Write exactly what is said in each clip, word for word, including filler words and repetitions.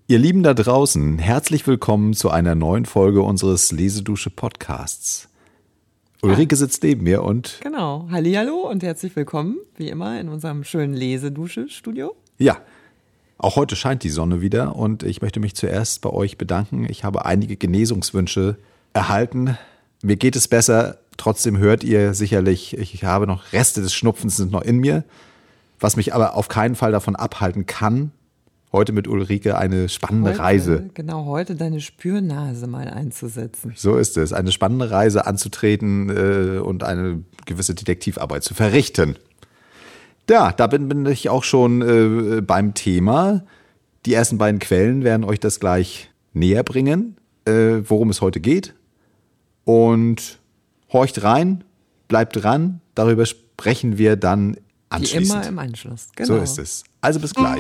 Ihr Lieben da draußen, herzlich willkommen zu einer neuen Folge unseres Lesedusche-Podcasts. Ulrike ah. sitzt neben mir und... Genau, hallihallo und herzlich willkommen, wie immer, in unserem schönen Lesedusche-Studio. Ja, auch heute scheint die Sonne wieder und ich möchte mich zuerst bei euch bedanken. Ich habe einige Genesungswünsche erhalten. Mir geht es besser, trotzdem hört ihr sicherlich, ich habe noch Reste des Schnupfens sind noch in mir, was mich aber auf keinen Fall davon abhalten kann, heute mit Ulrike eine spannende heute, Reise. Genau, heute deine Spürnase mal einzusetzen. So ist es, eine spannende Reise anzutreten äh, und eine gewisse Detektivarbeit zu verrichten. Ja, da bin, bin ich auch schon äh, beim Thema. Die ersten beiden Quellen werden euch das gleich näher bringen, äh, worum es heute geht. Und horcht rein, bleibt dran, darüber sprechen wir dann anschließend. Wie immer im Anschluss, genau. So ist es. Also bis gleich.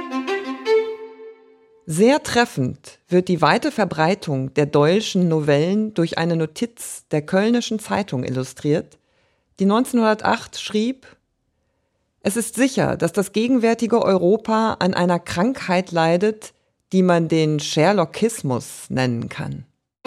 Sehr treffend wird die weite Verbreitung der Doyle'schen Novellen durch eine Notiz der Kölnischen Zeitung illustriert, die neunzehnhundertacht schrieb: Es ist sicher, dass das gegenwärtige Europa an einer Krankheit leidet, die man den Sherlockismus nennen kann.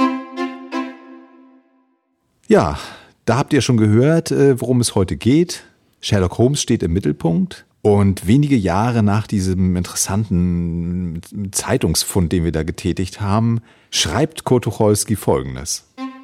Ja, da habt ihr schon gehört, worum es heute geht. Sherlock Holmes steht im Mittelpunkt. Und wenige Jahre nach diesem interessanten Zeitungsfund, den wir da getätigt haben, schreibt Kurt Tucholsky Folgendes.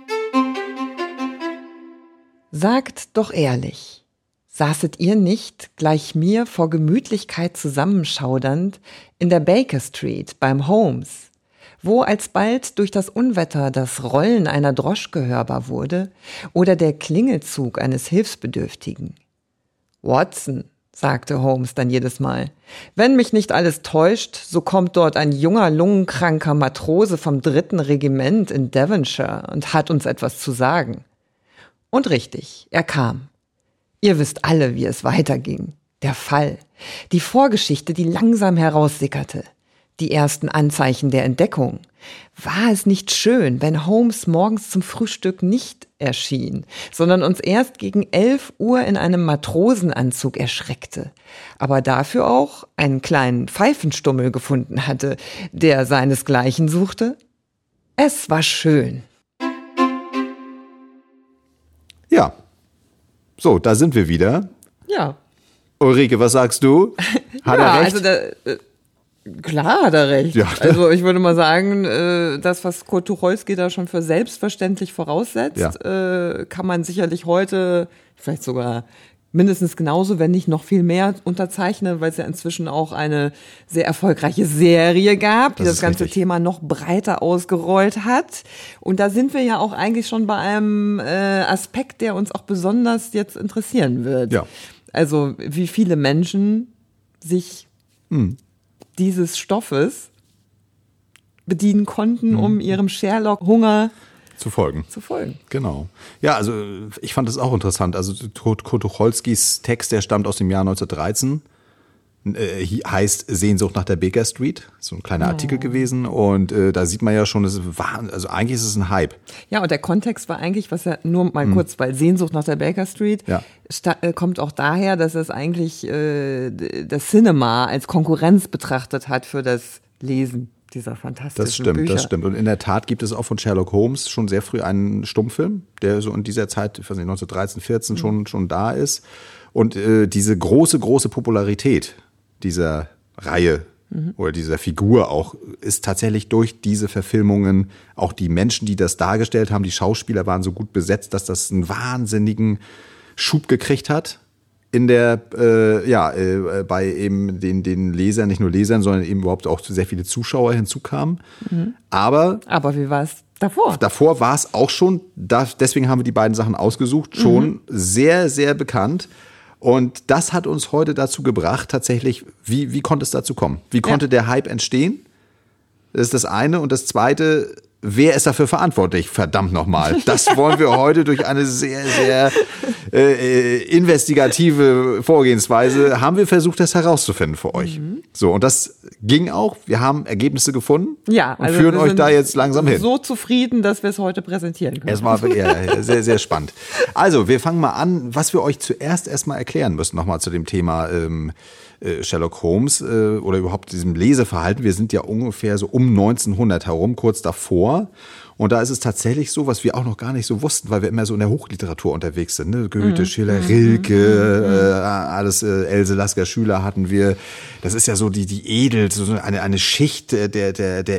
Sagt doch ehrlich, saßet ihr nicht, gleich mir vor Gemütlichkeit zusammenschaudernd, in der Baker Street beim Holmes, wo alsbald durch das Unwetter das Rollen einer Droschke hörbar wurde oder der Klingelzug eines Hilfsbedürftigen? Watson, sagte Holmes dann jedes Mal, wenn mich nicht alles täuscht, so kommt dort ein junger, lungenkranker Matrose vom dritten Regiment in Devonshire und hat uns etwas zu sagen. Und richtig, er kam. Ihr wisst alle, wie es weiterging. Der Fall, die Vorgeschichte, die langsam heraussickerte, die ersten Anzeichen der Entdeckung. War es nicht schön, wenn Holmes morgens zum Frühstück nicht erschien, sondern uns erst gegen elf Uhr in einem Matrosenanzug erschreckte, aber dafür auch einen kleinen Pfeifenstummel gefunden hatte, der seinesgleichen suchte? Es war schön. Ja, so, da sind wir wieder. Ja. Ulrike, was sagst du? Hat ja, er recht? Also da, äh, klar hat er recht. Ja. Also ich würde mal sagen, äh, das, was Kurt Tucholsky da schon für selbstverständlich voraussetzt, ja. äh, kann man sicherlich heute vielleicht sogar mindestens genauso, wenn nicht noch viel mehr unterzeichnen, weil es ja inzwischen auch eine sehr erfolgreiche Serie gab, die das, das ganze richtig. Thema noch breiter ausgerollt hat. Und da sind wir ja auch eigentlich schon bei einem äh, Aspekt, der uns auch besonders jetzt interessieren wird. Ja. Also wie viele Menschen sich hm. dieses Stoffes bedienen konnten, hm. um ihrem Sherlock-Hunger zu folgen. Zu folgen. Genau. Ja, also ich fand das auch interessant. Also Kurt Tucholskys Text, der stammt aus dem Jahr neunzehnhundertdreizehn, äh, heißt Sehnsucht nach der Baker Street. So ein kleiner oh. Artikel gewesen und äh, da sieht man ja schon, es war, also eigentlich ist es ein Hype. Ja, und der Kontext war eigentlich, was ja nur mal hm. kurz, weil Sehnsucht nach der Baker Street ja. sta- äh, kommt auch daher, dass es eigentlich äh, das Cinema als Konkurrenz betrachtet hat für das Lesen dieser fantastischen Das stimmt, Bücher. das stimmt. Und in der Tat gibt es auch von Sherlock Holmes schon sehr früh einen Stummfilm, der so in dieser Zeit, ich weiß nicht, neunzehnhundertdreizehn, vierzehn mhm. schon, schon da ist. Und äh, diese große, große Popularität dieser Reihe mhm. oder dieser Figur auch ist tatsächlich durch diese Verfilmungen, auch die Menschen, die das dargestellt haben, die Schauspieler waren so gut besetzt, dass das einen wahnsinnigen Schub gekriegt hat. In der, äh, ja, äh, bei eben den, den Lesern, nicht nur Lesern, sondern eben überhaupt auch sehr viele Zuschauer hinzukamen. Mhm. Aber. Aber wie war es davor? Davor war es auch schon, da, deswegen haben wir die beiden Sachen ausgesucht, schon mhm. sehr, sehr bekannt. Und das hat uns heute dazu gebracht, tatsächlich, wie, wie konnte es dazu kommen? Wie konnte ja. der Hype entstehen? Das ist das eine. Und das zweite, wer ist dafür verantwortlich? Verdammt nochmal. Das wollen wir heute durch eine sehr, sehr äh, investigative Vorgehensweise haben wir versucht, das herauszufinden für euch. Mhm. So, und das ging auch. Wir haben Ergebnisse gefunden ja, und also führen euch da jetzt langsam hin. So zufrieden, dass wir es heute präsentieren können. Es war ja, sehr, sehr spannend. Also, wir fangen mal an, was wir euch zuerst erstmal erklären müssen, nochmal zu dem Thema ähm, Sherlock Holmes äh, oder überhaupt diesem Leseverhalten. Wir sind ja ungefähr so um neunzehnhundert herum, kurz davor. Und da ist es tatsächlich so, was wir auch noch gar nicht so wussten, weil wir immer so in der Hochliteratur unterwegs sind. Ne? Goethe, mhm. Schiller, Rilke, mhm. äh, alles, äh, Else Lasker Schüler hatten wir. Das ist ja so die, die edel, so eine, eine Schicht der, der, der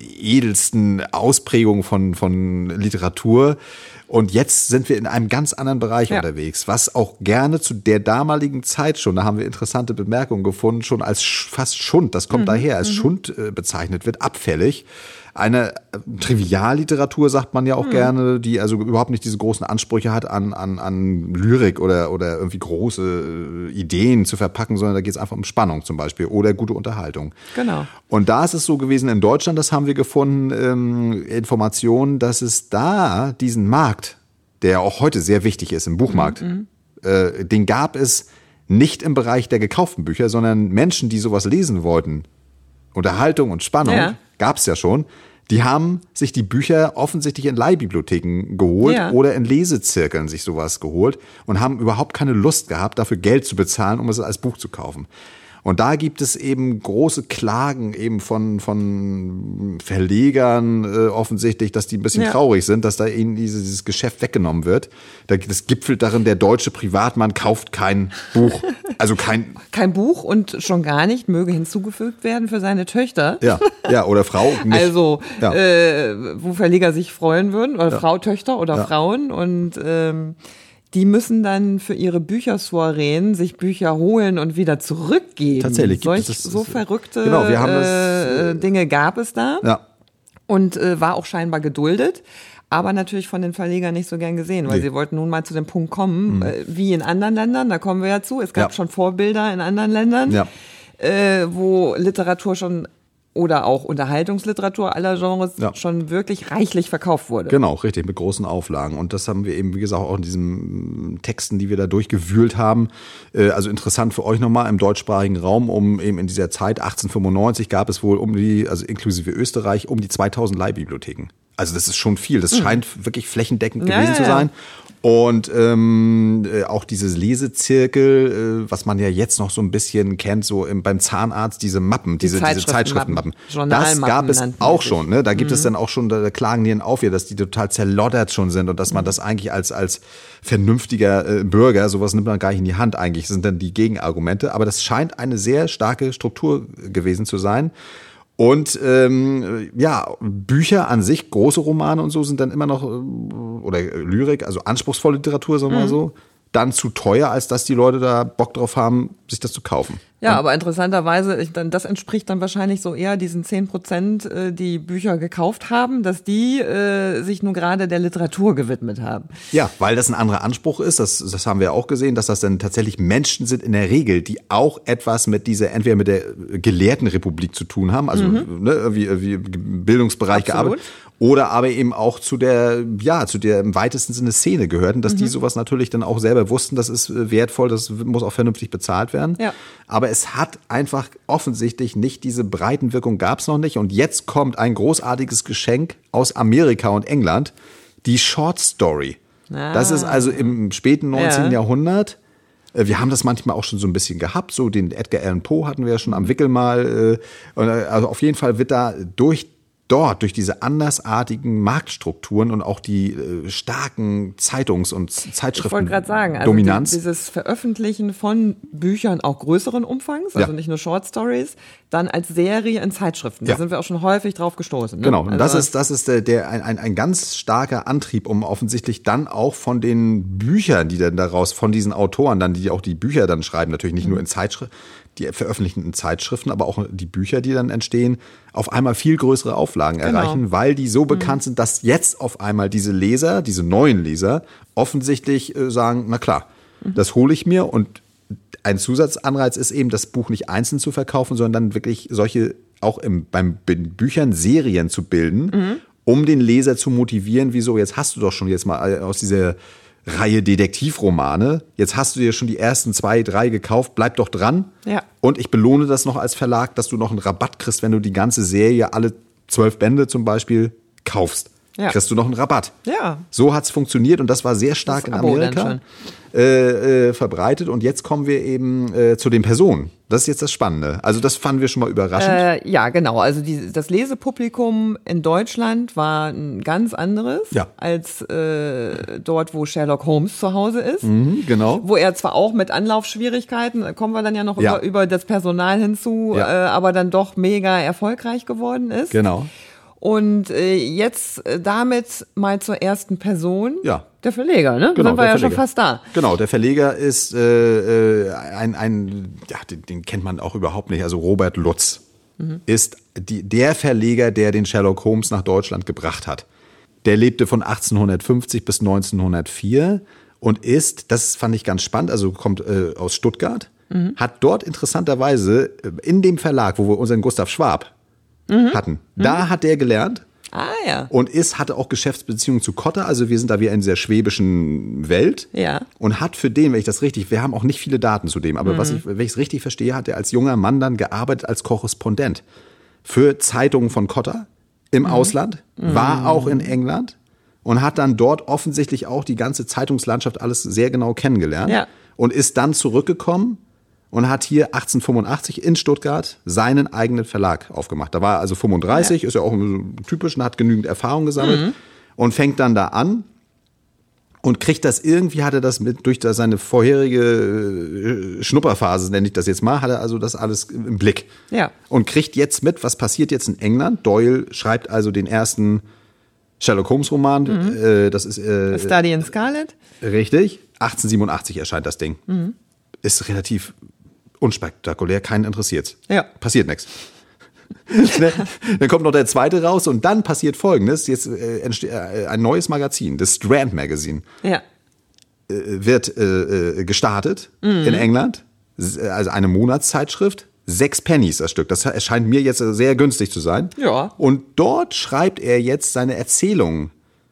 edelsten Ausprägungen von, von Literatur. Und jetzt sind wir in einem ganz anderen Bereich ja. unterwegs, was auch gerne zu der damaligen Zeit schon, da haben wir interessante Bemerkungen gefunden, schon als fast Schund, das kommt mhm. daher, als mhm. Schund äh, bezeichnet wird, abfällig. Eine Trivialliteratur, sagt man ja auch mhm. gerne, die also überhaupt nicht diese großen Ansprüche hat, an, an, an Lyrik oder, oder irgendwie große Ideen zu verpacken, sondern da geht es einfach um Spannung zum Beispiel oder gute Unterhaltung. Genau. Und da ist es so gewesen in Deutschland, das haben wir gefunden, ähm, Informationen, dass es da diesen Markt, der auch heute sehr wichtig ist im Buchmarkt, mhm. äh, den gab es nicht im Bereich der gekauften Bücher, sondern Menschen, die sowas lesen wollten, Unterhaltung und Spannung, ja. gab es ja schon. Die haben sich die Bücher offensichtlich in Leihbibliotheken geholt ja. oder in Lesezirkeln sich sowas geholt und haben überhaupt keine Lust gehabt, dafür Geld zu bezahlen, um es als Buch zu kaufen. Und da gibt es eben große Klagen eben von, von Verlegern äh, offensichtlich, dass die ein bisschen ja. traurig sind, dass da ihnen dieses, dieses Geschäft weggenommen wird. Das gipfelt darin, der deutsche Privatmann kauft kein Buch. Also kein kein Buch und schon gar nicht möge hinzugefügt werden für seine Töchter. Ja, ja oder Frau. Nicht. Also, ja. äh, wo Verleger sich freuen würden, oder ja. Frau, Töchter oder ja. Frauen. Und ähm, die müssen dann für ihre Büchersoireen sich Bücher holen und wieder zurückgeben. Tatsächlich. Solch, das, so verrückte genau, wir haben das, äh, Dinge gab es da. Ja. Und äh, war auch scheinbar geduldet. Aber natürlich von den Verlegern nicht so gern gesehen, weil nee. sie wollten nun mal zu dem Punkt kommen, mhm. äh, wie in anderen Ländern, da kommen wir ja zu. Es gab ja. schon Vorbilder in anderen Ländern, ja. äh, wo Literatur schon oder auch Unterhaltungsliteratur aller Genres ja. schon wirklich reichlich verkauft wurde. Genau, richtig, mit großen Auflagen. Und das haben wir eben, wie gesagt, auch in diesen Texten, die wir da durchgewühlt haben. Also interessant für euch nochmal, im deutschsprachigen Raum, um eben in dieser Zeit, achtzehnhundertfünfundneunzig, gab es wohl um die, also inklusive Österreich, um die zweitausend Leihbibliotheken. Also das ist schon viel. Das mhm. scheint wirklich flächendeckend ja, gewesen ja, zu sein. Ja. Und ähm, auch dieses Lesezirkel, äh, was man ja jetzt noch so ein bisschen kennt, so im, beim Zahnarzt, diese Mappen, die diese, diese Zeitschriftenmappen. Das gab es auch schon. Ne? Da gibt mhm. es dann auch schon, da klagen die dann auf, dass die total zerloddert schon sind und dass man mhm. das eigentlich als als vernünftiger äh, Bürger, sowas nimmt man gar nicht in die Hand eigentlich, das sind dann die Gegenargumente. Aber das scheint eine sehr starke Struktur gewesen zu sein. Und ähm, ja, Bücher an sich, große Romane und so sind dann immer noch, oder Lyrik, also anspruchsvolle Literatur, sagen wir mal so, dann zu teuer, als dass die Leute da Bock drauf haben, sich das zu kaufen. Ja, aber interessanterweise, ich, dann, das entspricht dann wahrscheinlich so eher diesen zehn Prozent, äh, die Bücher gekauft haben, dass die äh, sich nun gerade der Literatur gewidmet haben. Ja, weil das ein anderer Anspruch ist, das, das haben wir auch gesehen, dass das dann tatsächlich Menschen sind in der Regel, die auch etwas mit dieser, entweder mit der Gelehrtenrepublik zu tun haben, also mhm. ne, irgendwie, irgendwie Bildungsbereich Absolut. gearbeitet, oder aber eben auch zu der, ja, zu der im weitesten Sinne Szene gehörten, dass mhm. die sowas natürlich dann auch selber wussten, das ist wertvoll, das muss auch vernünftig bezahlt werden. Ja. Aber es hat einfach offensichtlich nicht diese Breitenwirkung, gab es noch nicht. Und jetzt kommt ein großartiges Geschenk aus Amerika und England, die Short Story. Ah. Das ist also im späten neunzehnten Ja. Jahrhundert. Wir haben das manchmal auch schon so ein bisschen gehabt. So den Edgar Allan Poe hatten wir ja schon am Wickel mal. Also auf jeden Fall wird da durch dort durch diese andersartigen Marktstrukturen und auch die äh, starken Zeitungs- und Zeitschriften Ich wollte gerade sagen, also Dominanz. Die, dieses Veröffentlichen von Büchern auch größeren Umfangs, also ja. nicht nur Short Stories, dann als Serie in Zeitschriften. Da ja. sind wir auch schon häufig drauf gestoßen. Ne? Genau, und also das ist, das ist der, der ein, ein, ein ganz starker Antrieb, um offensichtlich dann auch von den Büchern, die dann daraus, von diesen Autoren dann, die auch die Bücher dann schreiben, natürlich nicht mhm. nur in Zeitschriften, die veröffentlichten Zeitschriften, aber auch die Bücher, die dann entstehen, auf einmal viel größere Auflagen genau. erreichen, weil die so bekannt mhm. sind, dass jetzt auf einmal diese Leser, diese neuen Leser, offensichtlich äh, sagen, na klar, mhm. das hole ich mir. Und ein Zusatzanreiz ist eben, das Buch nicht einzeln zu verkaufen, sondern dann wirklich solche, auch im, beim Büchern Serien zu bilden, mhm. um den Leser zu motivieren, wieso, jetzt hast du doch schon jetzt mal aus dieser Reihe Detektivromane. Jetzt hast du dir schon die ersten zwei, drei gekauft. Bleib doch dran. Ja. Und ich belohne das noch als Verlag, dass du noch einen Rabatt kriegst, wenn du die ganze Serie, alle zwölf Bände zum Beispiel, kaufst. Ja. Kriegst du noch einen Rabatt. Ja. So hat's funktioniert und das war sehr stark in Amerika äh, äh, verbreitet. Und jetzt kommen wir eben äh, zu den Personen. Das ist jetzt das Spannende. Also das fanden wir schon mal überraschend. Äh, ja, genau. Also die, das Lesepublikum in Deutschland war ein ganz anderes ja. als äh, dort, wo Sherlock Holmes zu Hause ist. Mhm, genau. Wo er zwar auch mit Anlaufschwierigkeiten, da kommen wir dann ja noch ja. Über, über das Personal hinzu, ja. äh, aber dann doch mega erfolgreich geworden ist. Genau. Und äh, jetzt äh, damit mal zur ersten Person. Ja. Der Verleger, ne? Genau, sind wir ja Verleger. schon fast da. Genau, der Verleger ist äh, äh, ein, ein ja, den, den kennt man auch überhaupt nicht. Also Robert Lutz mhm. ist die, der Verleger, der den Sherlock Holmes nach Deutschland gebracht hat. Der lebte von achtzehnhundertfünfzig bis neunzehnhundertvier und ist, das fand ich ganz spannend, also kommt äh, aus Stuttgart, mhm. hat dort interessanterweise in dem Verlag, wo wir unseren Gustav Schwab mhm. hatten, mhm. da hat der gelernt. Ah, ja. Und ist, hatte auch Geschäftsbeziehungen zu Kotter, also wir sind da wieder in dieser schwäbischen Welt. Ja. Und hat für den, wenn ich das richtig, wir haben auch nicht viele Daten zu dem, aber mhm. was ich, wenn ich es richtig verstehe, hat er als junger Mann dann gearbeitet als Korrespondent für Zeitungen von Kotter im mhm. Ausland, war mhm. auch in England und hat dann dort offensichtlich auch die ganze Zeitungslandschaft alles sehr genau kennengelernt. Ja. Und ist dann zurückgekommen und hat hier achtzehnhundertfünfundachtzig in Stuttgart seinen eigenen Verlag aufgemacht. Da war er also fünfunddreißig, ja. ist ja auch typisch und hat genügend Erfahrung gesammelt mhm. und fängt dann da an und kriegt das irgendwie, hat er das mit durch seine vorherige Schnupperphase, nenne ich das jetzt mal, hat er also das alles im Blick. Ja. Und kriegt jetzt mit, was passiert jetzt in England. Doyle schreibt also den ersten Sherlock Holmes Roman. Mhm. Äh, das ist äh, Study in Scarlet. Richtig. achtzehnhundertsiebenundachtzig erscheint das Ding. Mhm. Ist relativ unspektakulär, keinen interessiert's. Ja. Passiert nichts. Dann kommt noch der zweite raus und dann passiert Folgendes. Jetzt äh, entsteht äh, ein neues Magazin, das Strand Magazine. Ja. Äh, wird äh, gestartet mhm. in England. Also eine Monatszeitschrift. Sechs Pennies das Stück. Das erscheint mir jetzt sehr günstig zu sein. Ja. Und dort schreibt er jetzt seine Erzählungen.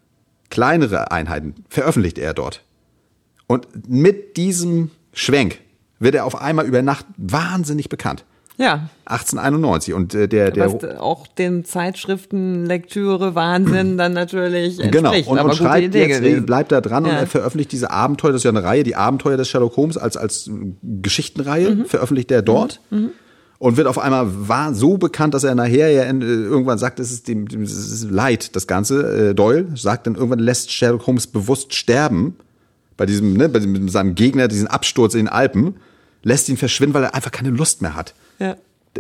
Kleinere Einheiten veröffentlicht er dort. Und mit diesem Schwenk wird er auf einmal über Nacht wahnsinnig bekannt. Ja. achtzehnhunderteinundneunzig. Und äh, der, der was auch den Zeitschriftenlektüre Wahnsinn dann natürlich entspricht. Genau. Und, aber und schreibt Idee jetzt, gewesen. bleibt da dran ja. und er veröffentlicht diese Abenteuer, das ist ja eine Reihe, die Abenteuer des Sherlock Holmes als, als Geschichtenreihe, mhm. veröffentlicht er dort. Mhm. Und wird auf einmal war so bekannt, dass er nachher ja irgendwann sagt, es ist dem, dem es ist leid, das Ganze. Äh, Doyle sagt dann irgendwann, lässt Sherlock Holmes bewusst sterben. Bei diesem, ne, bei diesem, seinem Gegner, diesen Absturz in den Alpen, lässt ihn verschwinden, weil er einfach keine Lust mehr hat. Ja.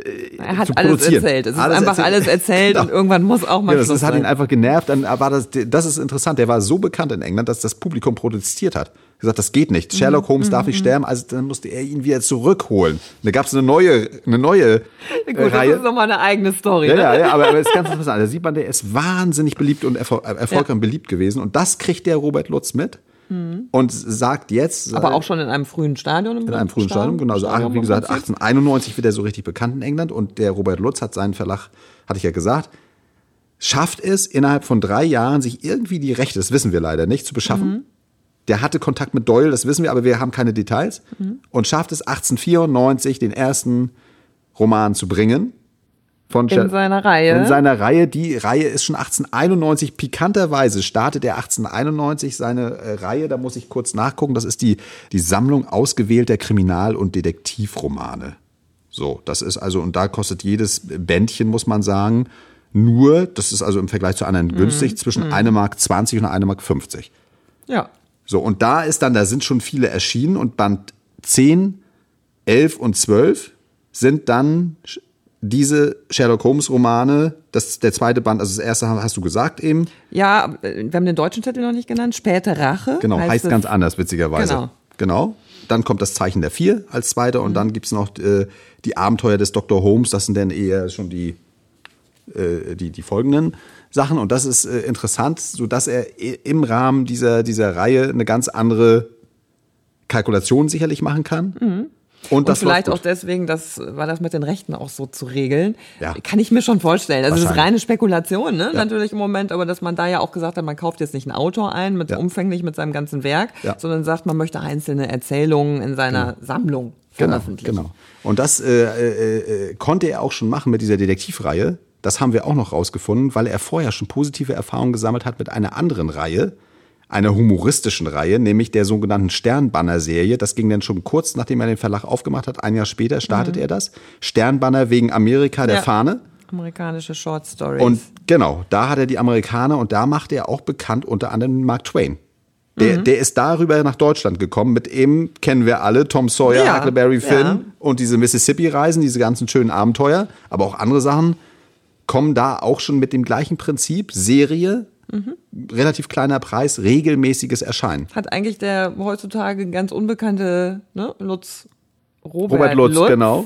Er hat alles erzählt. Es ist alles einfach erzählt. alles erzählt genau. Und irgendwann muss auch mal ja, das Schluss Das hat sein. ihn einfach genervt. Dann war das, das ist interessant. Der war so bekannt in England, dass das Publikum protestiert hat. Gesagt, das geht nicht. Sherlock Holmes mm, darf nicht mm, sterben. Also dann musste er ihn wieder zurückholen. Da gab es eine neue, eine neue Gut, äh, Reihe. Das ist nochmal eine eigene Story. Ja, ne? ja, ja, aber, aber es ist ganz interessant. Da sieht man, der ist wahnsinnig beliebt und erfol- erfolgreich und beliebt gewesen. Und das kriegt der Robert Lutz mit. Und sagt jetzt. Aber auch schon in einem frühen Stadion. Im in einem frühen Stadion, genau. Also, wie gesagt, achtzehnhunderteinundneunzig wird er so richtig bekannt in England. Und der Robert Lutz hat seinen Verlag, hatte ich ja gesagt, schafft es innerhalb von drei Jahren, sich irgendwie die Rechte, das wissen wir leider nicht, zu beschaffen. Mhm. Der hatte Kontakt mit Doyle, das wissen wir, aber wir haben keine Details. Mhm. Und schafft es achtzehnhundertvierundneunzig, den ersten Roman zu bringen. Von in seiner Reihe. In seiner Reihe. Die Reihe ist schon achtzehnhunderteinundneunzig. Pikanterweise startet er achtzehnhunderteinundneunzig seine äh, Reihe. Da muss ich kurz nachgucken. Das ist die, die Sammlung ausgewählter Kriminal- und Detektivromane. So, das ist also, und da kostet jedes Bändchen, muss man sagen, nur, das ist also im Vergleich zu anderen günstig, mm, zwischen mm. eine Mark zwanzig und eine Mark fünfzig. Ja. So, und da ist dann, da sind schon viele erschienen und Band zehn, elf und zwölf sind dann diese Sherlock Holmes Romane, das ist der zweite Band, also das erste hast du gesagt eben. Ja, wir haben den deutschen Titel noch nicht genannt, Späte Rache. Genau, heißt, heißt ganz anders, witzigerweise. Genau. Genau. Dann kommt das Zeichen der Vier als zweiter und mhm. dann gibt's noch äh, die Abenteuer des Doktor Holmes, das sind dann eher schon die, äh, die, die folgenden Sachen und das ist äh, interessant, sodass er im Rahmen dieser, dieser Reihe eine ganz andere Kalkulation sicherlich machen kann. Mhm. Und, Und das vielleicht läuft auch gut. deswegen, das war das mit den Rechten auch so zu regeln. Ja. Kann ich mir schon vorstellen. Also das ist Wahrscheinlich. reine Spekulation, ne? Ja. Natürlich im Moment, aber dass man da ja auch gesagt hat, man kauft jetzt nicht einen Autor ein, mit Ja. umfänglich mit seinem ganzen Werk, Ja. sondern sagt, man möchte einzelne Erzählungen in seiner Sammlung Genau, veröffentlichen. genau. Und das äh, äh, äh, konnte er auch schon machen mit dieser Detektivreihe. Das haben wir auch noch rausgefunden, weil er vorher schon positive Erfahrungen gesammelt hat mit einer anderen Reihe, einer humoristischen Reihe, nämlich der sogenannten Sternbanner-Serie. Das ging dann schon kurz, nachdem er den Verlag aufgemacht hat, ein Jahr später startet Mhm. er das. Sternbanner wegen Amerika, der Ja. Fahne. Amerikanische Short Stories. Und genau, da hat er die Amerikaner und da macht er auch bekannt unter anderem Mark Twain. Der, Mhm. der ist darüber nach Deutschland gekommen. Mit ihm kennen wir alle Tom Sawyer, Ja, Huckleberry Finn ja. und diese Mississippi-Reisen, diese ganzen schönen Abenteuer, aber auch andere Sachen kommen da auch schon mit dem gleichen Prinzip. Serie, Mhm. relativ kleiner Preis, regelmäßiges Erscheinen. Hat eigentlich der heutzutage ganz unbekannte ne, Lutz Robert, Robert Lutz, genau.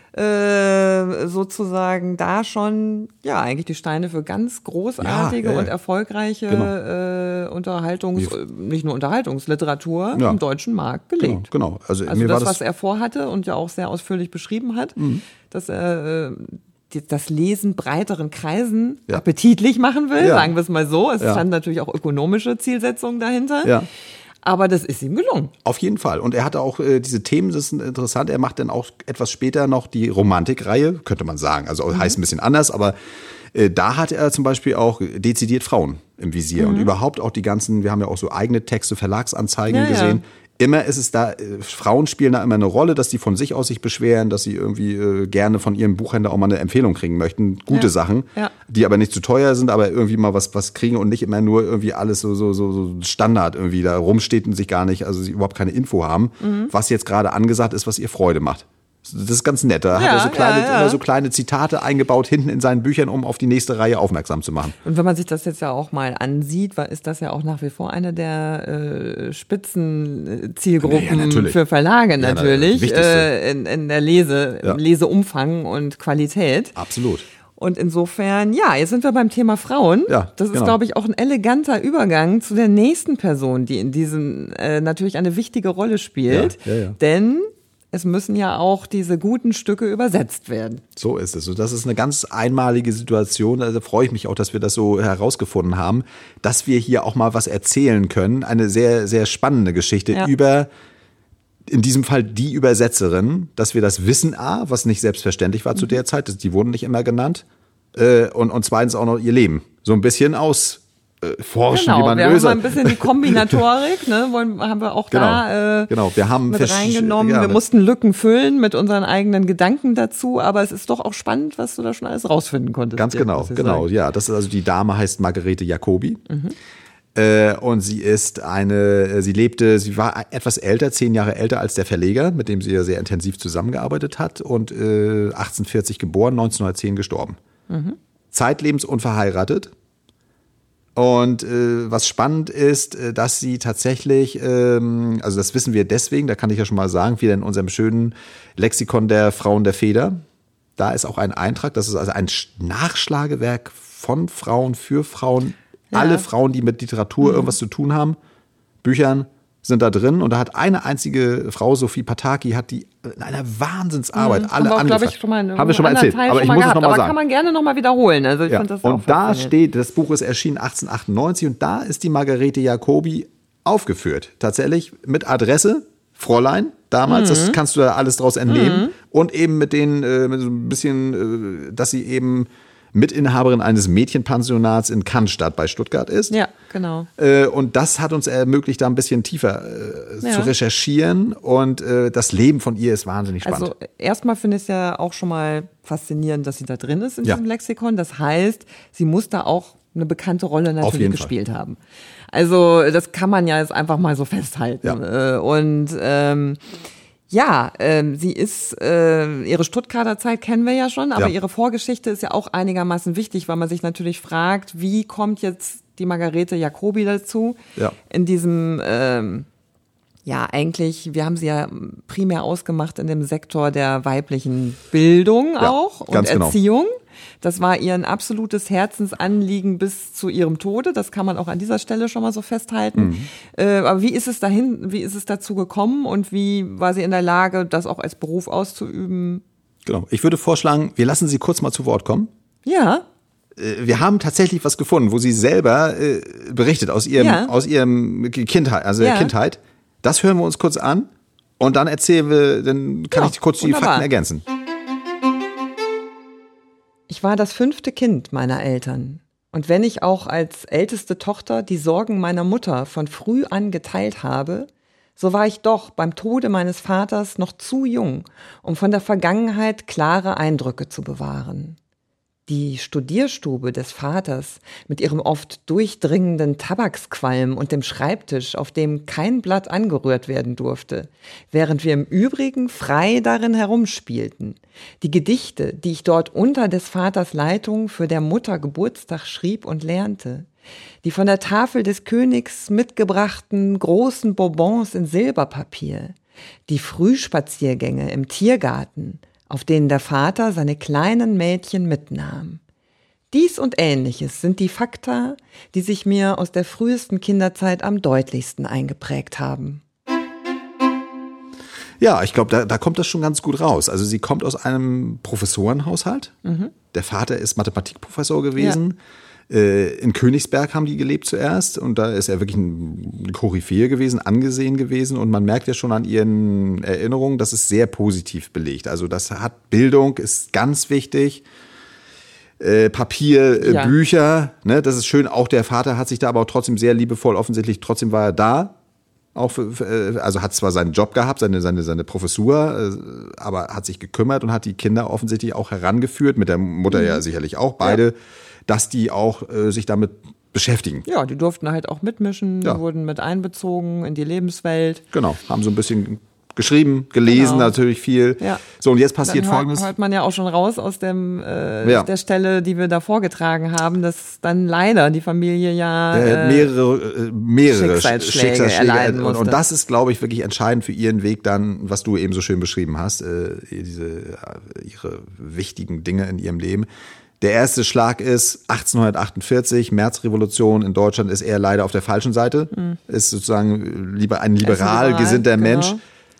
Äh, sozusagen da schon, ja, eigentlich die Steine für ganz großartige Ja, ja, und ja. erfolgreiche Genau. äh, Unterhaltungs-, äh, nicht nur Unterhaltungsliteratur Ja. im deutschen Markt gelegt. Genau, genau. Also, Also mir das, war das was er vorhatte und ja auch sehr ausführlich beschrieben hat, Mhm. dass er äh, die, das Lesen breiteren Kreisen Ja. appetitlich machen will, Ja. sagen wir es mal so. Es Ja. standen natürlich auch ökonomische Zielsetzungen dahinter. Ja. Aber das ist ihm gelungen. Auf jeden Fall. Und er hatte auch äh, diese Themen, das ist interessant, er macht dann auch etwas später noch die Romantikreihe, könnte man sagen. Also Mhm. heißt ein bisschen anders, aber äh, da hat er zum Beispiel auch dezidiert Frauen im Visier. Mhm. Und überhaupt auch die ganzen, wir haben ja auch so eigene Texte, Verlagsanzeigen Ja, ja. gesehen. Immer ist es da, äh, Frauen spielen da immer eine Rolle, dass die von sich aus sich beschweren, dass sie irgendwie äh, gerne von ihrem Buchhändler auch mal eine Empfehlung kriegen möchten. Gute Ja. Sachen, Ja. die aber nicht zu teuer sind, aber irgendwie mal was, was kriegen und nicht immer nur irgendwie alles so, so, so, so Standard irgendwie da rumsteht und sich gar nicht, also sie überhaupt keine Info haben, Mhm. was jetzt gerade angesagt ist, was ihr Freude macht. Das ist ganz nett. Da hat Ja, er so kleine, ja, ja. immer so kleine Zitate eingebaut hinten in seinen Büchern, um auf die nächste Reihe aufmerksam zu machen. Und wenn man sich das jetzt ja auch mal ansieht, war- ist das ja auch nach wie vor eine der äh, Spitzenzielgruppen Ja, ja, natürlich. für Verlage Ja, na, natürlich, wichtigste. äh, in, in der Lese, Ja. im Leseumfang und Qualität. Absolut. Und insofern, ja, jetzt sind wir beim Thema Frauen. Ja, das ist, genau. glaube ich, auch ein eleganter Übergang zu der nächsten Person, die in diesem äh, natürlich eine wichtige Rolle spielt. Ja, ja, ja. Denn es müssen ja auch diese guten Stücke übersetzt werden. So ist es. Und das ist eine ganz einmalige Situation. Also freue ich mich auch, dass wir das so herausgefunden haben, dass wir hier auch mal was erzählen können. Eine sehr, sehr spannende Geschichte Ja. über, in diesem Fall die Übersetzerin, dass wir das wissen, A, was nicht selbstverständlich war zu der Zeit, das- die wurden nicht immer genannt, äh, und, und zweitens auch noch ihr Leben so ein bisschen ausforschen, wie Genau, man wir haben mal löse. ein bisschen die Kombinatorik, ne, wollen, haben wir auch Genau, da äh, genau. Wir haben mit vers- reingenommen. ja, wir mit- mussten Lücken füllen mit unseren eigenen Gedanken dazu, aber es ist doch auch spannend, was du da schon alles rausfinden konntest. Ganz Dirk, genau, muss ich genau. sagen. Ja, das ist also die Dame heißt Margarete Jacobi. Mhm. Äh, und sie ist eine, sie lebte, sie war etwas älter, zehn Jahre älter als der Verleger, mit dem sie ja sehr intensiv zusammengearbeitet hat und äh, achtzehnhundertvierzig geboren, neunzehnhundertzehn gestorben. Mhm. Zeitlebens unverheiratet. Und äh, was spannend ist, äh, dass sie tatsächlich, ähm, also das wissen wir deswegen, da kann ich ja schon mal sagen, wieder in unserem schönen Lexikon der Frauen der Feder, da ist auch ein Eintrag, das ist also ein Sch- Nachschlagewerk von Frauen für Frauen. Ja. Alle Frauen, die mit Literatur irgendwas zu tun haben, Büchern, sind da drin. Und da hat eine einzige Frau, Sophie Pataki, hat die in einer Wahnsinnsarbeit Mhm. alle haben wir, angefasst. glaube ich, schon mal in Haben wir schon mal einem erzählt, anderen Teil aber schon ich mal muss es gehabt. nochmal Aber sagen. kann man gerne nochmal wiederholen. Also ich Ja. finde das auch Und da faszinierend. steht, das Buch ist erschienen achtzehnhundertachtundneunzig und da ist die Margarete Jacobi aufgeführt. Tatsächlich mit Adresse, Fräulein, damals, das kannst du da alles draus entnehmen. Und eben mit den, äh, mit so ein bisschen, äh, dass sie eben Mitinhaberin eines Mädchenpensionats in Cannstatt bei Stuttgart ist. Ja, genau. Äh, Und das hat uns ermöglicht, da ein bisschen tiefer äh, Ja. zu recherchieren. Und äh, das Leben von ihr ist wahnsinnig spannend. Also erstmal finde ich es ja auch schon mal faszinierend, dass sie da drin ist in Ja. diesem Lexikon. Das heißt, sie muss da auch eine bekannte Rolle natürlich jeden gespielt haben. Also das kann man ja jetzt einfach mal so festhalten. Ja. Äh, Und ähm, ja, ähm, sie ist, äh, ihre Stuttgarter Zeit kennen wir ja schon, aber Ja. ihre Vorgeschichte ist ja auch einigermaßen wichtig, weil man sich natürlich fragt, wie kommt jetzt die Margarete Jacobi dazu, Ja. in diesem, ähm, ja, eigentlich, wir haben sie ja primär ausgemacht in dem Sektor der weiblichen Bildung Ja, auch und ganz genau. Erziehung. Das war ihr ein absolutes Herzensanliegen bis zu ihrem Tode. Das kann man auch an dieser Stelle schon mal so festhalten. Mhm. Äh, aber wie ist es dahin, wie ist es dazu gekommen und wie war sie in der Lage, das auch als Beruf auszuüben? Genau. Ich würde vorschlagen, wir lassen sie kurz mal zu Wort kommen. Ja. Wir haben tatsächlich was gefunden, wo sie selber äh, berichtet aus ihrem, ja. aus ihrem Kindheit, also ja. der Kindheit. Das hören wir uns kurz an und dann erzählen wir, dann kann ja, ich kurz wunderbar. die Fakten ergänzen. Ich war das fünfte Kind meiner Eltern. Und wenn ich auch als älteste Tochter die Sorgen meiner Mutter von früh an geteilt habe, so war ich doch beim Tode meines Vaters noch zu jung, um von der Vergangenheit klare Eindrücke zu bewahren. Die Studierstube des Vaters mit ihrem oft durchdringenden Tabaksqualm und dem Schreibtisch, auf dem kein Blatt angerührt werden durfte, während wir im Übrigen frei darin herumspielten. Die Gedichte, die ich dort unter des Vaters Leitung für der Mutter Geburtstag schrieb und lernte. Die von der Tafel des Königs mitgebrachten großen Bonbons in Silberpapier. Die Frühspaziergänge im Tiergarten, auf denen der Vater seine kleinen Mädchen mitnahm. Dies und Ähnliches sind die Fakta, die sich mir aus der frühesten Kinderzeit am deutlichsten eingeprägt haben. Ja, ich glaube, da, da kommt das schon ganz gut raus. Also sie kommt aus einem Professorenhaushalt. Mhm. Der Vater ist Mathematikprofessor gewesen. Ja. In Königsberg haben die gelebt zuerst und da ist er wirklich eine Koryphäe gewesen, angesehen gewesen und man merkt ja schon an ihren Erinnerungen, das ist sehr positiv belegt. Also das hat Bildung, ist ganz wichtig. Äh, Papier, äh, ja. Bücher, ne, das ist schön. Auch der Vater hat sich da aber auch trotzdem sehr liebevoll, offensichtlich, trotzdem war er da. Auch für, für, also hat zwar seinen Job gehabt, seine, seine, seine Professur, aber hat sich gekümmert und hat die Kinder offensichtlich auch herangeführt, mit der Mutter mhm. ja sicherlich auch, beide. Ja. Dass die auch äh, sich damit beschäftigen. Ja, die durften halt auch mitmischen, ja. die wurden mit einbezogen in die Lebenswelt. Genau, haben so ein bisschen geschrieben, gelesen genau. natürlich viel. Ja. So, und jetzt passiert dann Folgendes. Hört man ja auch schon raus aus dem, äh, ja. der Stelle, die wir da vorgetragen haben, dass dann leider die Familie ja äh, mehrere, äh, mehrere Schicksalsschläge, Schicksalsschläge erleiden musste. Und, und das ist, glaube ich, wirklich entscheidend für ihren Weg dann, was du eben so schön beschrieben hast, äh, diese, ja, ihre wichtigen Dinge in ihrem Leben. Der erste Schlag ist achtzehnhundertachtundvierzig, Märzrevolution in Deutschland ist er leider auf der falschen Seite, mhm. ist sozusagen lieber ein liberal, liberal gesinnter genau. Mensch,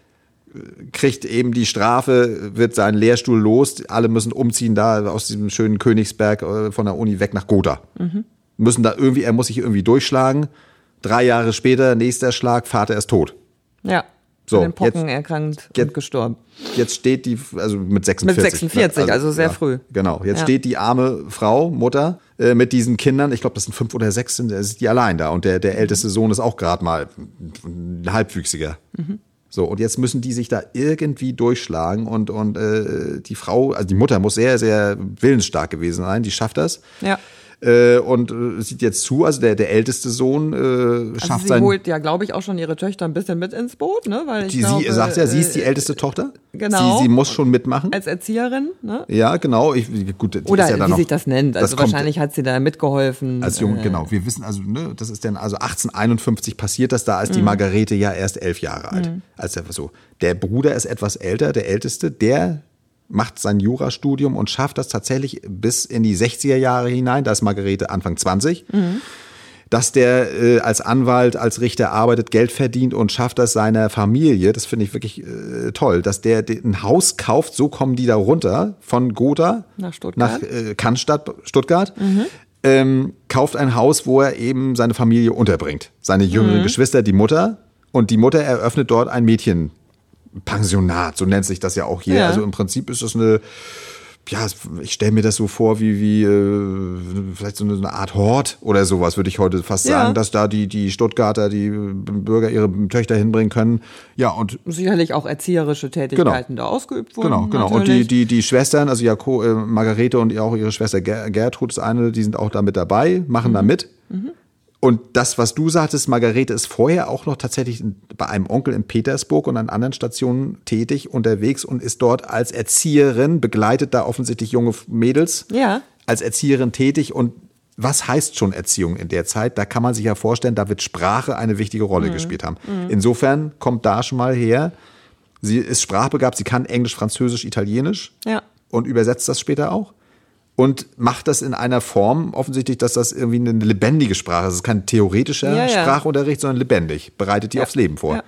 kriegt eben die Strafe, wird seinen Lehrstuhl los, alle müssen umziehen da aus diesem schönen Königsberg von der Uni weg nach Gotha. Mhm. Müssen da irgendwie, er muss sich irgendwie durchschlagen, drei Jahre später, nächster Schlag, Vater ist tot. Ja. So, an den Pocken jetzt, erkrankt jetzt, und gestorben. Jetzt steht die, also mit sechsundvierzig. Mit sechsundvierzig, also, also sehr ja, früh. Genau, jetzt ja. steht die arme Frau, Mutter, äh, mit diesen Kindern, ich glaube, das sind fünf oder sechs, sind ist die allein da. Und der, der älteste Sohn ist auch gerade mal ein Halbwüchsiger. Mhm. So, und jetzt müssen die sich da irgendwie durchschlagen. Und, und äh, die Frau, also die Mutter muss sehr, sehr willensstark gewesen sein, die schafft das. Ja. Äh, und äh, sieht jetzt zu, also der, der älteste Sohn äh, schafft also sie sein... Sie holt ja, glaube ich, auch schon ihre Töchter ein bisschen mit ins Boot, ne? Weil ich die, glaube, sie sagt ja, sie ist die älteste Tochter. Genau. Sie, sie muss schon mitmachen. Als Erzieherin, ne? Ja, genau. Ich, gut, die Oder ist ja dann wie noch, sich das nennt. Also das wahrscheinlich kommt, hat sie da mitgeholfen. Als Jung, äh, genau. Wir wissen also, ne, das ist dann also achtzehnhunderteinundfünfzig passiert das, da ist die mhm. Margarete ja erst elf Jahre alt. Mhm. Als der, so. Der Bruder ist etwas älter, der Älteste, der macht sein Jurastudium und schafft das tatsächlich bis in die sechziger Jahre hinein. Da ist Margarete Anfang zwanzig. Mhm. Dass der äh, als Anwalt, als Richter arbeitet, Geld verdient und schafft das seiner Familie. Das finde ich wirklich äh, toll, dass der ein Haus kauft. So kommen die da runter von Gotha nach Stuttgart, nach äh, Cannstatt, Stuttgart. Mhm. Ähm, kauft ein Haus, wo er eben seine Familie unterbringt. Seine jüngeren mhm. Geschwister, die Mutter. Und die Mutter eröffnet dort ein Mädchen. Pensionat, so nennt sich das ja auch hier. Ja. Also im Prinzip ist das eine, ja, ich stelle mir das so vor wie, wie äh, vielleicht so eine, eine Art Hort oder sowas, würde ich heute fast sagen, ja. dass da die, die Stuttgarter, die Bürger ihre Töchter hinbringen können. Ja, und sicherlich auch erzieherische Tätigkeiten genau. da ausgeübt wurden. Genau, genau. Natürlich. Und die, die, die Schwestern, also ja, äh, Margarete und auch ihre Schwester Gertrud ist eine, die sind auch da mit dabei, machen mhm. da mit. Mhm. Und das, was du sagtest, Margarete ist vorher auch noch tatsächlich bei einem Onkel in Petersburg und an anderen Stationen tätig unterwegs und ist dort als Erzieherin, begleitet da offensichtlich junge Mädels, ja. als Erzieherin tätig. Und was heißt schon Erziehung in der Zeit? Da kann man sich ja vorstellen, da wird Sprache eine wichtige Rolle mhm. gespielt haben. Mhm. Insofern kommt da schon mal her, sie ist sprachbegabt, sie kann Englisch, Französisch, Italienisch ja. und übersetzt das später auch. und macht das in einer Form, offensichtlich, dass das irgendwie eine lebendige Sprache ist. Es ist kein theoretischer ja, ja. Sprachunterricht, sondern lebendig. Bereitet die ja. aufs Leben vor. Ja.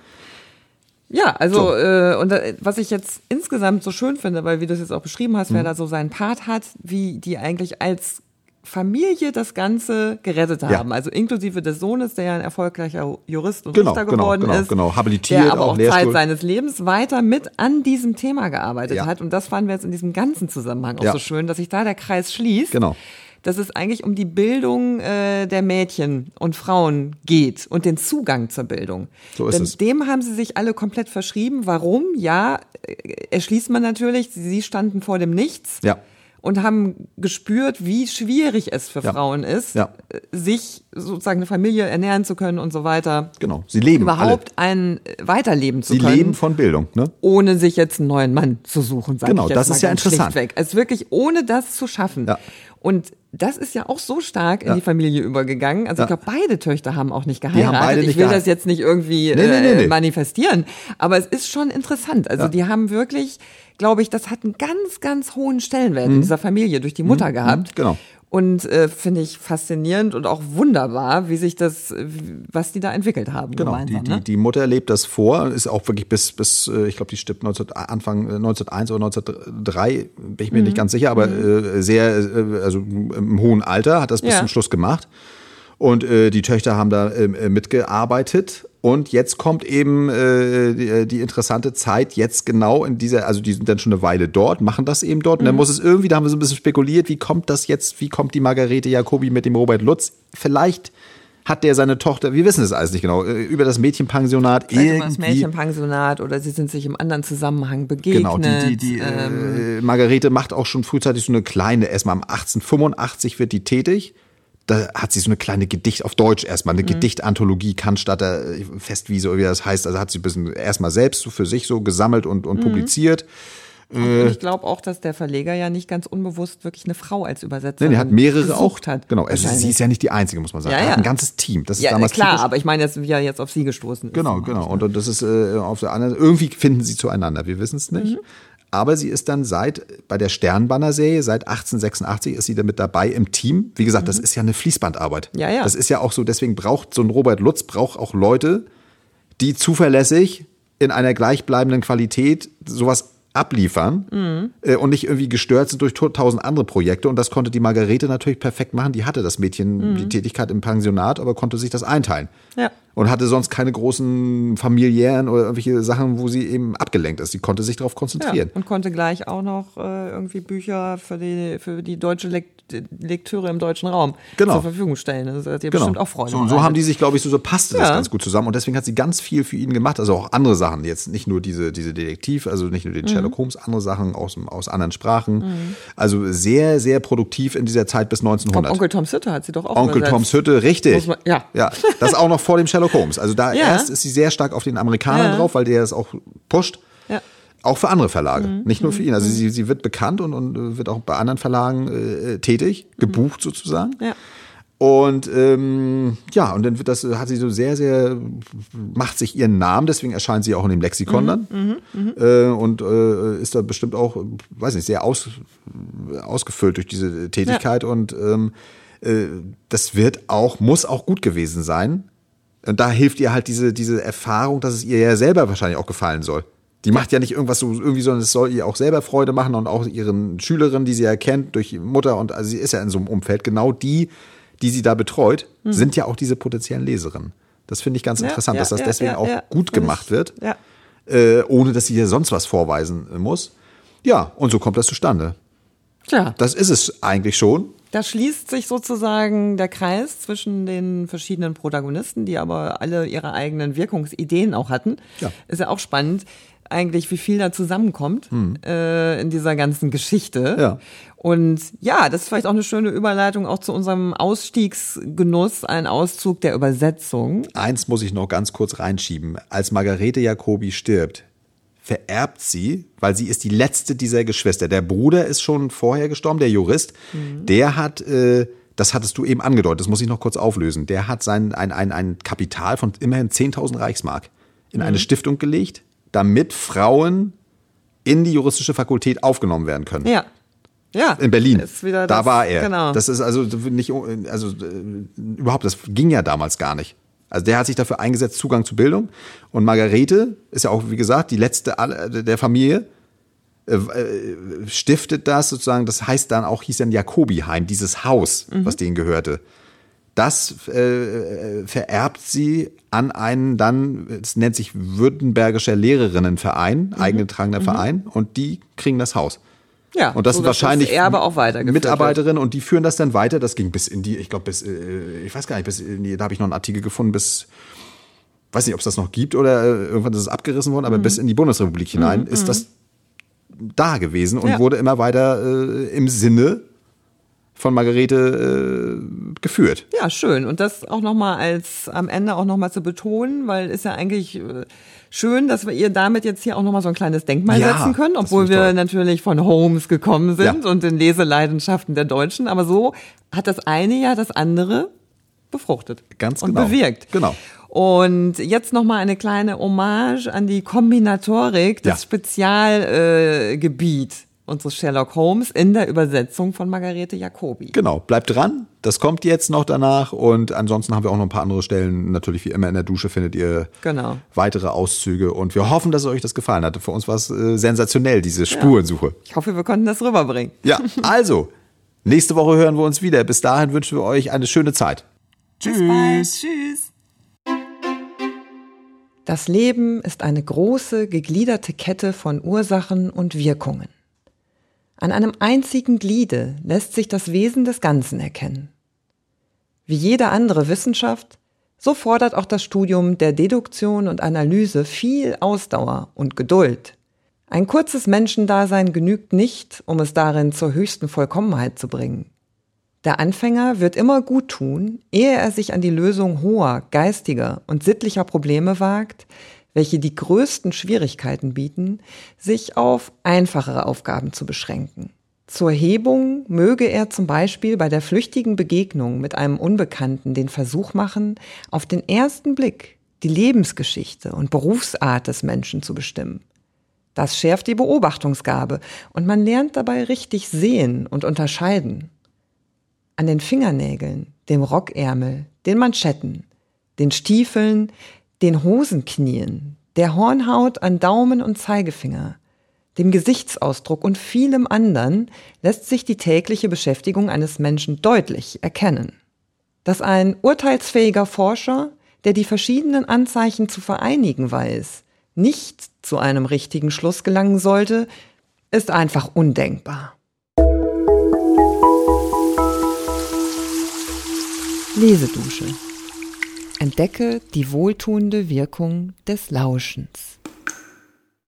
Ja, also so. äh, und äh, was ich jetzt insgesamt so schön finde, weil wie du es jetzt auch beschrieben hast, mhm. wer da so seinen Part hat, wie die eigentlich als Familie das Ganze gerettet haben. Ja. Also inklusive des Sohnes, der ja ein erfolgreicher Jurist und genau, Richter genau, geworden genau, ist. Genau, habilitiert, der aber auch, auch Zeit seines Lebens weiter mit an diesem Thema gearbeitet ja. hat. Und das fanden wir jetzt in diesem ganzen Zusammenhang auch ja. so schön, dass sich da der Kreis schließt. Genau. Dass es eigentlich um die Bildung äh, der Mädchen und Frauen geht und den Zugang zur Bildung. So ist Denn es. Dem haben sie sich alle komplett verschrieben. Warum? Ja, erschließt man natürlich, sie standen vor dem Nichts. Ja. Und haben gespürt, wie schwierig es für ja. Frauen ist, ja. sich sozusagen eine Familie ernähren zu können und so weiter. Genau, sie leben Überhaupt alle. ein Weiterleben zu sie können. Sie leben von Bildung, ne? Ohne sich jetzt einen neuen Mann zu suchen, sag genau, ich jetzt das mal ist ja ganz interessant. schlichtweg. Es ist wirklich ohne das zu schaffen. Ja. Und das ist ja auch so stark in ja. die Familie übergegangen. Also ja. ich glaube, beide Töchter haben auch nicht geheiratet. Die haben beide nicht ich will geheiratet. das jetzt nicht irgendwie nee, nee, nee, nee. Äh, manifestieren. Aber es ist schon interessant. Also ja. die haben wirklich, glaube ich, das hat einen ganz, ganz hohen Stellenwert mhm. in dieser Familie durch die Mutter mhm. gehabt. Genau. Und äh, finde ich faszinierend und auch wunderbar, wie sich das, was die da entwickelt haben. Genau, gemeinsam, die, ne? die, die Mutter lebt das vor, ist auch wirklich bis, bis ich glaube, die stirbt neunzehn, Anfang neunzehnhunderteins oder neunzehnhundertdrei, bin ich mir mhm. nicht ganz sicher, aber mhm. äh, sehr, äh, also im hohen Alter, hat das bis ja. zum Schluss gemacht. Und äh, die Töchter haben da äh, mitgearbeitet. Und jetzt kommt eben äh, die, die interessante Zeit, jetzt genau in dieser, also die sind dann schon eine Weile dort, machen das eben dort. Und dann muss es irgendwie, da haben wir so ein bisschen spekuliert, wie kommt das jetzt, wie kommt die Margarete Jacobi mit dem Robert Lutz? Vielleicht hat der seine Tochter, wir wissen es alles nicht genau, über das Mädchenpensionat Vielleicht irgendwie. über das Mädchenpensionat oder sie sind sich im anderen Zusammenhang begegnet. Genau, die, die, die ähm, äh, Margarete macht auch schon frühzeitig so eine kleine, erstmal am achtzehnhundertfünfundachtzig wird die tätig. Da hat sie so eine kleine Gedicht auf Deutsch erstmal, eine mhm. Gedichtanthologie, Cannstatter Festwiese, oder wie das heißt. Also hat sie ein bisschen erstmal selbst so für sich so gesammelt und, und mhm. publiziert. Und ich glaube auch, dass der Verleger ja nicht ganz unbewusst wirklich eine Frau als Übersetzerin nee, die hat mehrere auch. Hat. Genau, also sie ist ja nicht die einzige, muss man sagen. Ja, ja. Er hat ein ganzes Team. Das ist ja, damals klar, typisch. aber ich meine, jetzt, wie er jetzt auf sie gestoßen ist. Genau, genau. Und das ist äh, auf der anderen, irgendwie finden sie zueinander. Wir wissen es nicht. Mhm. Aber sie ist dann seit, bei der Sternbanner-Serie, seit achtzehnhundertsechsundachtzig ist sie dann mit dabei im Team. Wie gesagt, mhm. das ist ja eine Fließbandarbeit. Ja, ja. Das ist ja auch so, deswegen braucht so ein Robert Lutz, braucht auch Leute, die zuverlässig in einer gleichbleibenden Qualität sowas abliefern mhm. äh, und nicht irgendwie gestört sind durch tausend andere Projekte. Und das konnte die Margarete natürlich perfekt machen. Die hatte das Mädchen, mhm. die Tätigkeit im Pensionat, aber konnte sich das einteilen. Ja. Und hatte sonst keine großen familiären oder irgendwelche Sachen, wo sie eben abgelenkt ist. Sie konnte sich darauf konzentrieren. Ja, und konnte gleich auch noch äh, irgendwie Bücher für die, für die deutsche Lekt- Lektüre im deutschen Raum genau. zur Verfügung stellen. Das hat ihr genau. bestimmt auch Freude. So, und so haben die sich, glaube ich, so, so passte ja. das ganz gut zusammen. Und deswegen hat sie ganz viel für ihn gemacht. Also auch andere Sachen. Jetzt nicht nur diese, diese Detektiv, also nicht nur den mhm. Sherlock Holmes, andere Sachen aus, aus anderen Sprachen. Mhm. Also sehr, sehr produktiv in dieser Zeit bis neunzehnhundert. Onkel Toms Hütte hat sie doch auch Onkel übersetzt. Toms Hütte, richtig. Man, ja. ja. Das auch noch vor dem Sherlock Holmes. Also da ja. erst ist sie sehr stark auf den Amerikanern ja. drauf, weil der es auch pusht. Ja. Auch für andere Verlage, mhm. nicht nur für ihn. Also mhm. sie, sie wird bekannt und, und wird auch bei anderen Verlagen äh, tätig, gebucht mhm. sozusagen. Ja. Und ähm, ja, und dann wird das, hat sie so sehr, sehr, macht sich ihren Namen, deswegen erscheint sie auch in dem Lexikon mhm. dann. Mhm. Äh, und äh, ist da bestimmt auch, weiß nicht, sehr aus, ausgefüllt durch diese Tätigkeit. Ja. Und ähm, äh, das wird auch, muss auch gut gewesen sein. Und da hilft ihr halt diese, diese Erfahrung, dass es ihr ja selber wahrscheinlich auch gefallen soll. Die macht ja nicht irgendwas so irgendwie, sondern es soll ihr auch selber Freude machen und auch ihren Schülerinnen, die sie ja kennt durch Mutter und also sie ist ja in so einem Umfeld. Genau die, die sie da betreut, mhm. sind ja auch diese potenziellen Leserinnen. Das finde ich ganz ja, interessant, ja, dass das ja, deswegen ja, auch ja, gut gemacht ich, wird, ja. äh, ohne dass sie hier sonst was vorweisen muss. Ja, und so kommt das zustande. Tja. Das ist es eigentlich schon. Da schließt sich sozusagen der Kreis zwischen den verschiedenen Protagonisten, die aber alle ihre eigenen Wirkungsideen auch hatten. Ja. Ist ja auch spannend, eigentlich, wie viel da zusammenkommt hm. äh, in dieser ganzen Geschichte. Ja. Und ja, das ist vielleicht auch eine schöne Überleitung auch zu unserem Ausstiegsgenuss, ein Auszug der Übersetzung. Eins muss ich noch ganz kurz reinschieben. Als Margarete Jacobi stirbt, vererbt sie, weil sie ist die letzte dieser Geschwister. Der Bruder ist schon vorher gestorben, der Jurist. Mhm. Der hat, äh, das hattest du eben angedeutet, das muss ich noch kurz auflösen. Der hat sein ein, ein, ein Kapital von immerhin zehntausend Reichsmark in mhm. eine Stiftung gelegt, damit Frauen in die juristische Fakultät aufgenommen werden können. Ja. Ja, in Berlin. Ist wieder da das, war er. Genau. Das ist also nicht, also überhaupt, das ging ja damals gar nicht. Also der hat sich dafür eingesetzt, Zugang zu Bildung. Und Margarete ist ja auch, wie gesagt, die letzte der Familie, äh, stiftet das sozusagen, das heißt dann auch, hieß dann Jacobiheim, dieses Haus, mhm. was denen gehörte. Das äh, vererbt sie an einen dann, es nennt sich Württembergischer Lehrerinnenverein, mhm. eingetragener mhm. Verein, und die kriegen das Haus. Ja, und das so sind wahrscheinlich das Erbe auch weitergeführt Mitarbeiterinnen wird. Und die führen das dann weiter. Das ging bis in die, ich glaube, bis, ich weiß gar nicht, bis in die, da habe ich noch einen Artikel gefunden, bis, weiß nicht, ob es das noch gibt oder irgendwann ist es abgerissen worden, aber mhm. bis in die Bundesrepublik hinein mhm. ist das da gewesen und ja. wurde immer weiter äh, im Sinne von Margarete äh, geführt. Ja, schön. Und das auch nochmal als am Ende auch nochmal zu betonen, weil ist ja eigentlich äh, schön, dass wir ihr damit jetzt hier auch nochmal so ein kleines Denkmal ja, setzen können, obwohl wir toll. natürlich von Holmes gekommen sind ja. und den Leseleidenschaften der Deutschen. Aber so hat das eine ja das andere befruchtet. Ganz und genau. bewirkt. Genau. Und jetzt nochmal eine kleine Hommage an die Kombinatorik, das ja. Spezialgebiet. Äh, unseres Sherlock Holmes in der Übersetzung von Margarete Jacobi. Genau, bleibt dran, das kommt jetzt noch danach und ansonsten haben wir auch noch ein paar andere Stellen. Natürlich wie immer in der Dusche findet ihr genau. weitere Auszüge und wir hoffen, dass euch das gefallen hat. Für uns war es äh, sensationell, diese Spurensuche. Ja. Ich hoffe, wir konnten das rüberbringen. Ja, also, nächste Woche hören wir uns wieder. Bis dahin wünschen wir euch eine schöne Zeit. Tschüss. Bis bald. Tschüss. Das Leben ist eine große, gegliederte Kette von Ursachen und Wirkungen. An einem einzigen Gliede lässt sich das Wesen des Ganzen erkennen. Wie jede andere Wissenschaft, so fordert auch das Studium der Deduktion und Analyse viel Ausdauer und Geduld. Ein kurzes Menschendasein genügt nicht, um es darin zur höchsten Vollkommenheit zu bringen. Der Anfänger wird immer gut tun, ehe er sich an die Lösung hoher, geistiger und sittlicher Probleme wagt, welche die größten Schwierigkeiten bieten, sich auf einfachere Aufgaben zu beschränken. Zur Hebung möge er zum Beispiel bei der flüchtigen Begegnung mit einem Unbekannten den Versuch machen, auf den ersten Blick die Lebensgeschichte und Berufsart des Menschen zu bestimmen. Das schärft die Beobachtungsgabe und man lernt dabei richtig sehen und unterscheiden. An den Fingernägeln, dem Rockärmel, den Manschetten, den Stiefeln, den Hosenknien, der Hornhaut an Daumen und Zeigefinger, dem Gesichtsausdruck und vielem anderen lässt sich die tägliche Beschäftigung eines Menschen deutlich erkennen. Dass ein urteilsfähiger Forscher, der die verschiedenen Anzeichen zu vereinigen weiß, nicht zu einem richtigen Schluss gelangen sollte, ist einfach undenkbar. Lesedusche. Entdecke die wohltuende Wirkung des Lauschens.